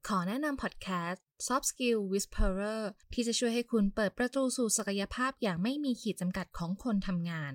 ขอแนะนำพอดแคสต์ Soft Skill Whisperer ที่จะช่วยให้คุณเปิดประตูสู่ศักยภาพอย่างไม่มีขีดจำกัดของคนทำงาน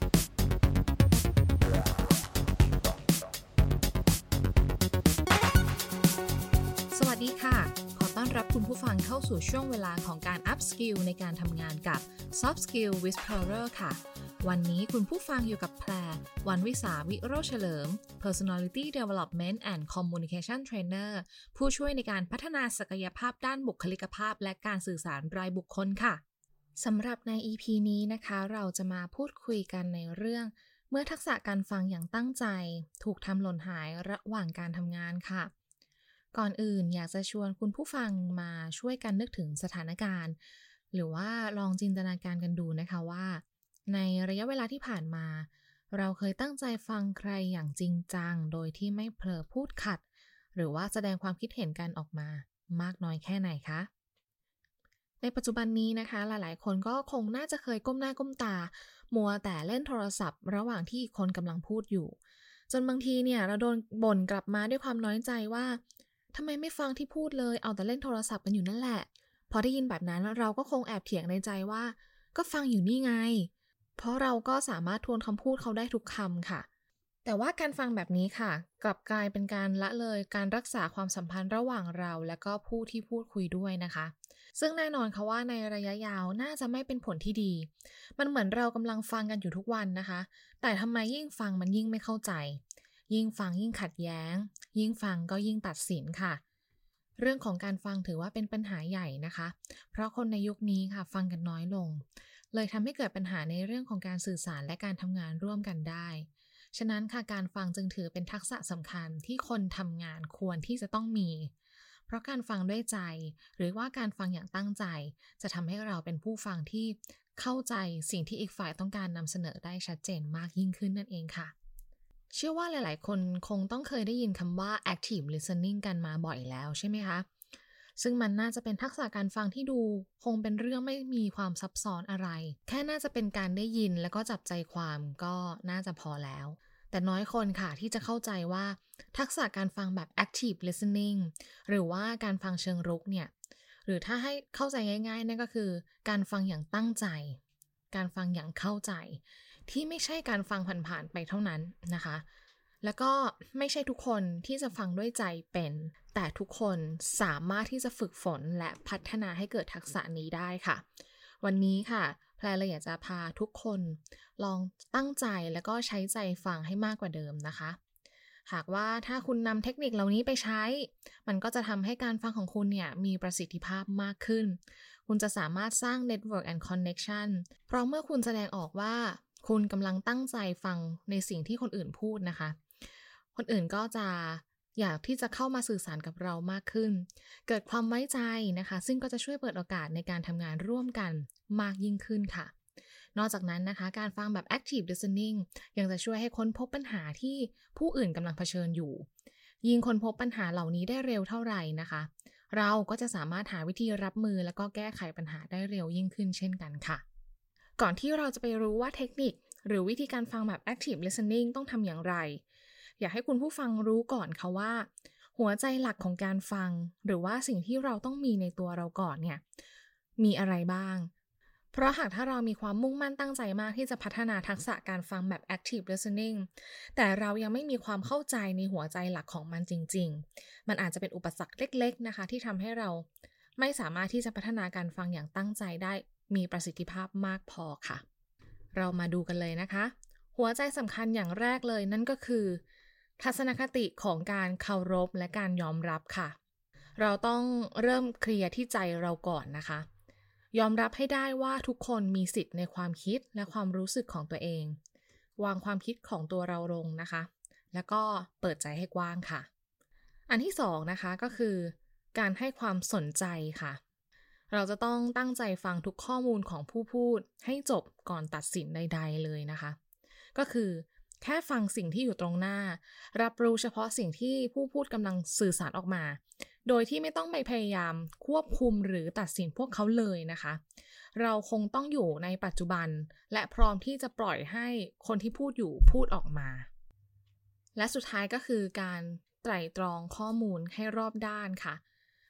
สวัสดีค่ะขอต้อนรับคุณผู้ฟังเข้าสู่ช่วงเวลาของการ Up Skill ในการทำงานกับ Soft Skill Whisperer ค่ะวันนี้คุณผู้ฟังอยู่กับแพรวันวิสาวิโรจน์เฉลิม Personality Development and Communication Trainer ผู้ช่วยในการพัฒนาศักยภาพด้านบุคลิกภาพและการสื่อสารรายบุคคลค่ะสำหรับใน EP นี้นะคะเราจะมาพูดคุยกันในเรื่องเมื่อทักษะการฟังอย่างตั้งใจถูกทำหล่นหายระหว่างการทำงานค่ะก่อนอื่นอยากจะชวนคุณผู้ฟังมาช่วยกันนึกถึงสถานการณ์หรือว่าลองจินตนาการกันดูนะคะว่าในระยะเวลาที่ผ่านมาเราเคยตั้งใจฟังใครอย่างจริงจังโดยที่ไม่เผลอพูดขัดหรือว่าแสดงความคิดเห็นกันออกมามากน้อยแค่ไหนคะในปัจจุบันนี้นะคะหลายๆคนก็คงน่าจะเคยก้มหน้าก้มตามัวแต่เล่นโทรศัพท์ระหว่างที่คนกำลังพูดอยู่จนบางทีเนี่ยเราโดนบ่นกลับมาด้วยความน้อยใจว่าทำไมไม่ฟังที่พูดเลยเอาแต่เล่นโทรศัพท์กันอยู่นั่นแหละพอได้ยินแบบนั้นเราก็คงแอบเถียงในใจว่าก็ฟังอยู่นี่ไงเพราะเราก็สามารถทวนคำพูดเขาได้ทุกคำค่ะแต่ว่าการฟังแบบนี้ค่ะกลับกลายเป็นการละเลยการรักษาความสัมพันธ์ระหว่างเราและก็ผู้ที่พูดคุยด้วยนะคะซึ่งแน่นอนค่ะว่าในระยะยาวน่าจะไม่เป็นผลที่ดีมันเหมือนเรากำลังฟังกันอยู่ทุกวันนะคะแต่ทำไมยิ่งฟังมันยิ่งไม่เข้าใจยิ่งฟังยิ่งขัดแย้งยิ่งฟังก็ยิ่งตัดสินค่ะเรื่องของการฟังถือว่าเป็นปัญหาใหญ่นะคะเพราะคนในยุคนี้ค่ะฟังกันน้อยลงเลยทำให้เกิดปัญหาในเรื่องของการสื่อสารและการทำงานร่วมกันได้ฉะนั้นค่ะการฟังจึงถือเป็นทักษะสำคัญที่คนทำงานควรที่จะต้องมีเพราะการฟังด้วยใจหรือว่าการฟังอย่างตั้งใจจะทำให้เราเป็นผู้ฟังที่เข้าใจสิ่งที่อีกฝ่ายต้องการนำเสนอได้ชัดเจนมากยิ่งขึ้นนั่นเองค่ะเชื่อว่าหลายๆคนคงต้องเคยได้ยินคำว่า active listening กันมาบ่อยแล้วใช่ไหมคะซึ่งมันน่าจะเป็นทักษะการฟังที่ดูคงเป็นเรื่องไม่มีความซับซ้อนอะไรแค่น่าจะเป็นการได้ยินแล้วก็จับใจความก็น่าจะพอแล้วแต่น้อยคนค่ะที่จะเข้าใจว่าทักษะการฟังแบบ active listening หรือว่าการฟังเชิงรุกเนี่ยหรือถ้าให้เข้าใจง่ายๆนั่นก็คือการฟังอย่างตั้งใจการฟังอย่างเข้าใจที่ไม่ใช่การฟังผ่านๆไปเท่านั้นนะคะแล้วก็ไม่ใช่ทุกคนที่จะฟังด้วยใจเป็นแต่ทุกคนสามารถที่จะฝึกฝนและพัฒนาให้เกิดทักษะนี้ได้ค่ะวันนี้ค่ะแพรเลยอยากจะพาทุกคนลองตั้งใจแล้วก็ใช้ใจฟังให้มากกว่าเดิมนะคะหากว่าถ้าคุณนำเทคนิคเหล่านี้ไปใช้มันก็จะทำให้การฟังของคุณเนี่ยมีประสิทธิภาพมากขึ้นคุณจะสามารถสร้าง Network and Connection เพราะเมื่อคุณแสดงออกว่าคุณกำลังตั้งใจฟังในสิ่งที่คนอื่นพูดนะคะคนอื่นก็จะอยากที่จะเข้ามาสื่อสารกับเรามากขึ้นเกิดความไว้ใจนะคะซึ่งก็จะช่วยเปิดโอกาสในการทำงานร่วมกันมากยิ่งขึ้นค่ะนอกจากนั้นนะคะการฟังแบบ active listening ยังจะช่วยให้ค้นพบปัญหาที่ผู้อื่นกำลังเผชิญอยู่ยิ่งค้นพบปัญหาเหล่านี้ได้เร็วเท่าไหร่นะคะเราก็จะสามารถหาวิธีรับมือแล้วก็แก้ไขปัญหาได้เร็วยิ่งขึ้นเช่นกันค่ะก่อนที่เราจะไปรู้ว่าเทคนิคหรือวิธีการฟังแบบ active listening ต้องทำอย่างไรอยากให้คุณผู้ฟังรู้ก่อนค่ะว่าหัวใจหลักของการฟังหรือว่าสิ่งที่เราต้องมีในตัวเราก่อนเนี่ยมีอะไรบ้างเพราะหากถ้าเรามีความมุ่งมั่นตั้งใจมากที่จะพัฒนาทักษะการฟังแบบ active listening แต่เรายังไม่มีความเข้าใจในหัวใจหลักของมันจริงๆมันอาจจะเป็นอุปสรรคเล็กๆนะคะที่ทำให้เราไม่สามารถที่จะพัฒนาการฟังอย่างตั้งใจได้มีประสิทธิภาพมากพอค่ะเรามาดูกันเลยนะคะหัวใจสำคัญอย่างแรกเลยนั่นก็คือทัศนคติของการเคารพและการยอมรับค่ะเราต้องเริ่มเคลียร์ที่ใจเราก่อนนะคะยอมรับให้ได้ว่าทุกคนมีสิทธิ์ในความคิดและความรู้สึกของตัวเองวางความคิดของตัวเราลงนะคะแล้วก็เปิดใจให้กว้างค่ะอันที่สองนะคะก็คือการให้ความสนใจค่ะเราจะต้องตั้งใจฟังทุกข้อมูลของผู้พูดให้จบก่อนตัดสินใดๆเลยนะคะก็คือแค่ฟังสิ่งที่อยู่ตรงหน้ารับรู้เฉพาะสิ่งที่ผู้พูดกำลังสื่อสารออกมาโดยที่ไม่ต้องไปพยายามควบคุมหรือตัดสินพวกเขาเลยนะคะเราคงต้องอยู่ในปัจจุบันและพร้อมที่จะปล่อยให้คนที่พูดอยู่พูดออกมาและสุดท้ายก็คือการไตร่ตรองข้อมูลให้รอบด้านค่ะ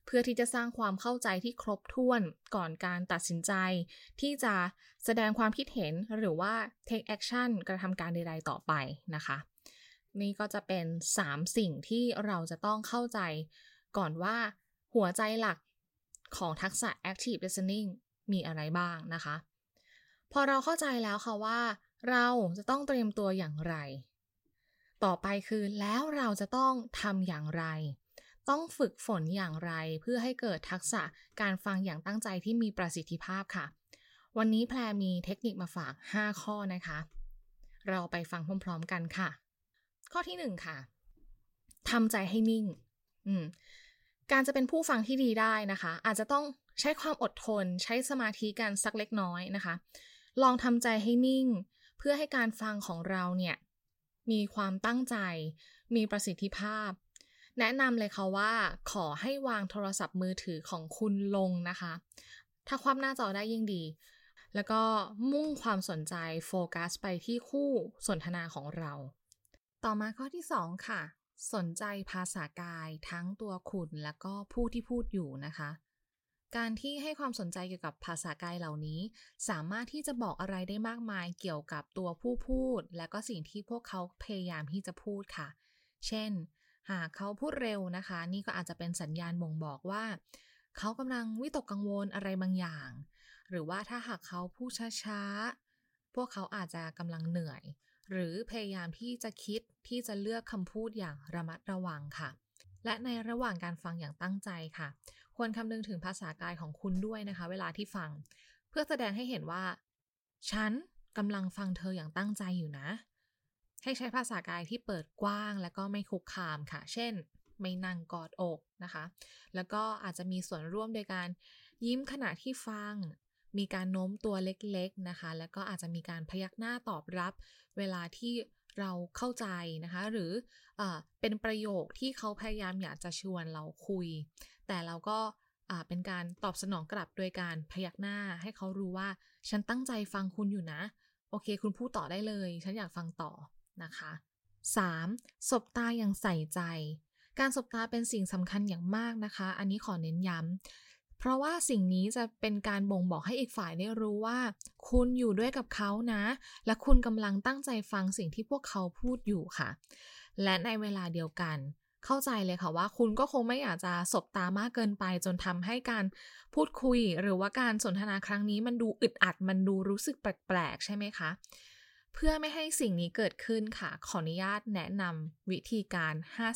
เพื่อที่จะสร้างความเข้าใจที่ครบถ้วนก่อนการตัดสินใจที่จะแสดงความคิดเห็นหรือว่า take action กระทำการใดๆต่อไปนะคะนี่ก็จะเป็น3สิ่งที่เราจะต้องเข้าใจก่อนว่าหัวใจหลักของทักษะ active listening มีอะไรบ้างนะคะพอเราเข้าใจแล้วค่ะว่าเราจะต้องเตรียมตัวอย่างไรต่อไปคือแล้วเราจะต้องทำอย่างไรต้องฝึกฝนอย่างไรเพื่อให้เกิดทักษะการฟังอย่างตั้งใจที่มีประสิทธิภาพค่ะวันนี้แพรมีเทคนิคมาฝาก5ข้อนะคะเราไปฟังพร้อมๆกันค่ะข้อที่1ค่ะทำใจให้นิ่งการจะเป็นผู้ฟังที่ดีได้นะคะอาจจะต้องใช้ความอดทนใช้สมาธิกันสักเล็กน้อยนะคะลองทำใจให้นิ่งเพื่อให้การฟังของเราเนี่ยมีความตั้งใจมีประสิทธิภาพแนะนำเลยค่ะว่าขอให้วางโทรศัพท์มือถือของคุณลงนะคะถ้าคว่ำหน้าจอได้ยิ่งดีแล้วก็มุ่งความสนใจโฟกัสไปที่คู่สนทนาของเราต่อมาข้อที่2ค่ะสนใจภาษากายทั้งตัวคุณและก็ผู้ที่พูดอยู่นะคะการที่ให้ความสนใจเกี่ยวกับภาษากายเหล่านี้สามารถที่จะบอกอะไรได้มากมายเกี่ยวกับตัวผู้พูดและก็สิ่งที่พวกเขาพยายามที่จะพูดค่ะเช่นหากเขาพูดเร็วนะคะนี่ก็อาจจะเป็นสัญญาณบ่งบอกว่าเขากำลังวิตกกังวลอะไรบางอย่างหรือว่าถ้าหากเขาพูดช้าๆพวกเขาอาจจะกำลังเหนื่อยหรือพยายามที่จะคิดที่จะเลือกคำพูดอย่างระมัดระวังค่ะและในระหว่างการฟังอย่างตั้งใจค่ะควรคำนึงถึงภาษากายของคุณด้วยนะคะเวลาที่ฟังเพื่อแสดงให้เห็นว่าฉันกำลังฟังเธออย่างตั้งใจอยู่นะให้ใช้ภาษากายที่เปิดกว้างและก็ไม่คุกคามค่ะเช่นไม่นั่งกอดอกนะคะแล้วก็อาจจะมีส่วนร่วมโดยการยิ้มขณะที่ฟังมีการโน้มตัวเล็กๆนะคะแล้วก็อาจจะมีการพยักหน้าตอบรับเวลาที่เราเข้าใจนะคะหรือเป็นประโยคที่เขาพยายามอยากจะชวนเราคุยแต่เราก็เป็นการตอบสนองกลับโดยการพยักหน้าให้เขารู้ว่าฉันตั้งใจฟังคุณอยู่นะโอเคคุณพูดต่อได้เลยฉันอยากฟังต่อนะคะ 3. สบตาอย่างใส่ใจการสบตาเป็นสิ่งสำคัญอย่างมากนะคะอันนี้ขอเน้นย้ำเพราะว่าสิ่งนี้จะเป็นการบ่งบอกให้อีกฝ่ายได้รู้ว่าคุณอยู่ด้วยกับเขานะและคุณกำลังตั้งใจฟังสิ่งที่พวกเขาพูดอยู่ค่ะและในเวลาเดียวกันเข้าใจเลยค่ะว่าคุณก็คงไม่อยากจะสบตามากเกินไปจนทำให้การพูดคุยหรือว่าการสนทนาครั้งนี้มันดูอึดอัดมันดูรู้สึกแปลกๆใช่ไหมคะเพื่อไม่ให้สิ่งนี้เกิดขึ้นค่ะขออนุญาตแนะนำวิธีการ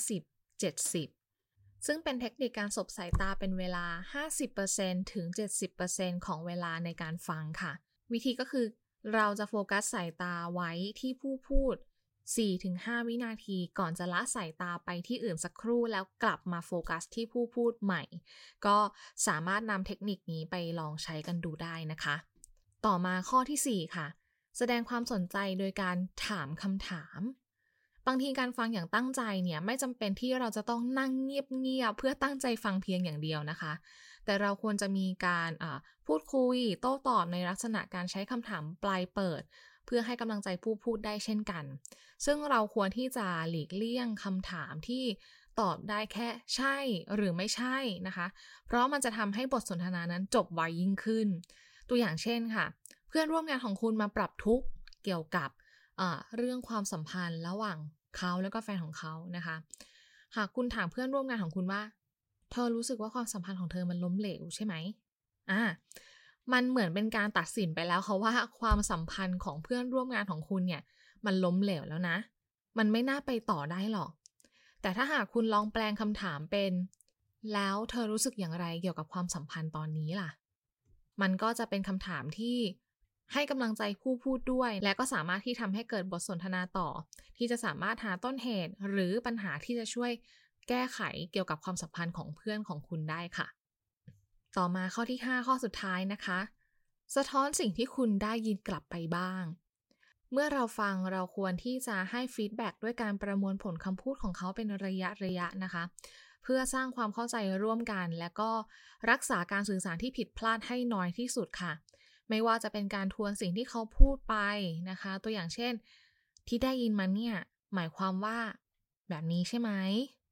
50-70 ซึ่งเป็นเทคนิคการสบสายตาเป็นเวลา 50% ถึง 70% ของเวลาในการฟังค่ะวิธีก็คือเราจะโฟกัสสายตาไว้ที่ผู้พูด 4-5 วินาทีก่อนจะละสายตาไปที่อื่นสักครู่แล้วกลับมาโฟกัสที่ผู้พูดใหม่ก็สามารถนำเทคนิคนี้ไปลองใช้กันดูได้นะคะต่อมาข้อที่4ค่ะแสดงความสนใจโดยการถามคำถามบางทีการฟังอย่างตั้งใจเนี่ยไม่จำเป็นที่เราจะต้องนั่งเงียบๆเพื่อตั้งใจฟังเพียงอย่างเดียวนะคะแต่เราควรจะมีการพูดคุยโต้ตอบในลักษณะการใช้คำถามปลายเปิดเพื่อให้กำลังใจผู้พูดได้เช่นกันซึ่งเราควรที่จะหลีกเลี่ยงคำถามที่ตอบได้แค่ใช่หรือไม่ใช่นะคะเพราะมันจะทำให้บทสนทนานั้นจบไวยิ่งขึ้นตัวอย่างเช่นค่ะเพื่อนร่วมงานของคุณมาปรับทุกข์เกี่ยวกับเรื่องความสัมพันธ์ระหว่างเขาแล้วก็แฟนของเขานะคะหากคุณถามเพื่อนร่วมงานของคุณว่าเธอรู้สึกว่าความสัมพันธ์ของเธอมันล้มเหลวใช่ไหมมันเหมือนเป็นการตัดสินไปแล้วค่ะว่าความสัมพันธ์ของเพื่อนร่วมงานของคุณเนี่ยมันล้มเหลวแล้วนะมันไม่น่าไปต่อได้หรอกแต่ถ้าหากคุณลองแปลงคำถามเป็นแล้วเธอรู้สึกอย่างไรเกี่ยวกับความสัมพันธ์ตอนนี้ล่ะมันก็จะเป็นคำถามที่ให้กำลังใจผู้พูดด้วยและก็สามารถที่ทำให้เกิดบทสนทนาต่อที่จะสามารถหาต้นเหตุหรือปัญหาที่จะช่วยแก้ไขเกี่ยวกับความสัมพันธ์ของเพื่อนของคุณได้ค่ะต่อมาข้อที่5ข้อสุดท้ายนะคะสะท้อนสิ่งที่คุณได้ยินกลับไปบ้างเมื่อเราฟังเราควรที่จะให้ฟีดแบ็กด้วยการประมวลผลคำพูดของเขาเป็นระยะนะคะเพื่อสร้างความเข้าใจร่วมกันและก็รักษาการสื่อสารที่ผิดพลาดให้น้อยที่สุดค่ะไม่ว่าจะเป็นการทวนสิ่งที่เขาพูดไปนะคะตัวอย่างเช่นที่ได้ยินมาเนี่ยหมายความว่าแบบนี้ใช่ไหม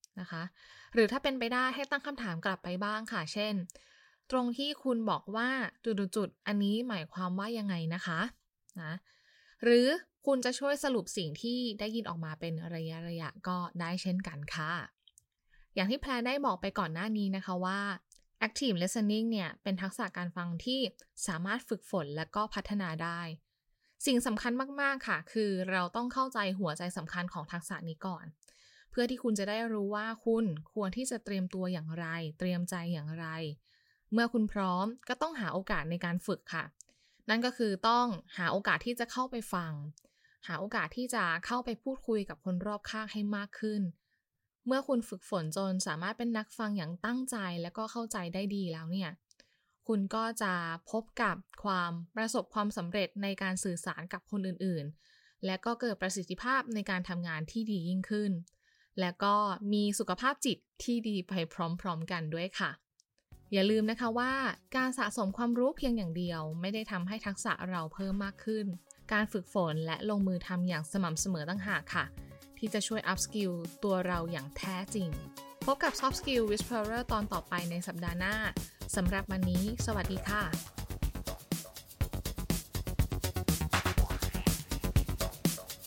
นะคะหรือถ้าเป็นไปได้ให้ตั้งคำถามกลับไปบ้างค่ะเช่นตรงที่คุณบอกว่าจุดๆอันนี้หมายความว่ายังไงนะคะนะหรือคุณจะช่วยสรุปสิ่งที่ได้ยินออกมาเป็นระยะก็ได้เช่นกันค่ะอย่างที่แพรได้บอกไปก่อนหน้านี้นะคะว่า active listening เนี่ยเป็นทักษะการฟังที่สามารถฝึกฝนและก็พัฒนาได้สิ่งสำคัญมากๆค่ะคือเราต้องเข้าใจหัวใจสำคัญของทักษะนี้ก่อนเพื่อที่คุณจะได้รู้ว่าคุณควรที่จะเตรียมตัวอย่างไรเตรียมใจอย่างไรเมื่อคุณพร้อมก็ต้องหาโอกาสในการฝึกค่ะนั่นก็คือต้องหาโอกาสที่จะเข้าไปฟังหาโอกาสที่จะเข้าไปพูดคุยกับคนรอบข้างให้มากขึ้นเมื่อคุณฝึกฝนจนสามารถเป็นนักฟังอย่างตั้งใจและก็เข้าใจได้ดีแล้วเนี่ยคุณก็จะพบกับประสบความสำเร็จในการสื่อสารกับคนอื่นๆและก็เกิดประสิทธิภาพในการทำงานที่ดียิ่งขึ้นและก็มีสุขภาพจิตที่ดีไปพร้อมๆกันด้วยค่ะอย่าลืมนะคะว่าการสะสมความรู้เพียงอย่างเดียวไม่ได้ทำให้ทักษะเราเพิ่มมากขึ้นการฝึกฝนและลงมือทำอย่างสม่ำเสมอต่างหากค่ะที่จะช่วย up skill ตัวเราอย่างแท้จริงพบกับ Soft Skill Whisperer ตอนต่อไปในสัปดาห์หน้าสำหรับวันนี้สวัสดีค่ะ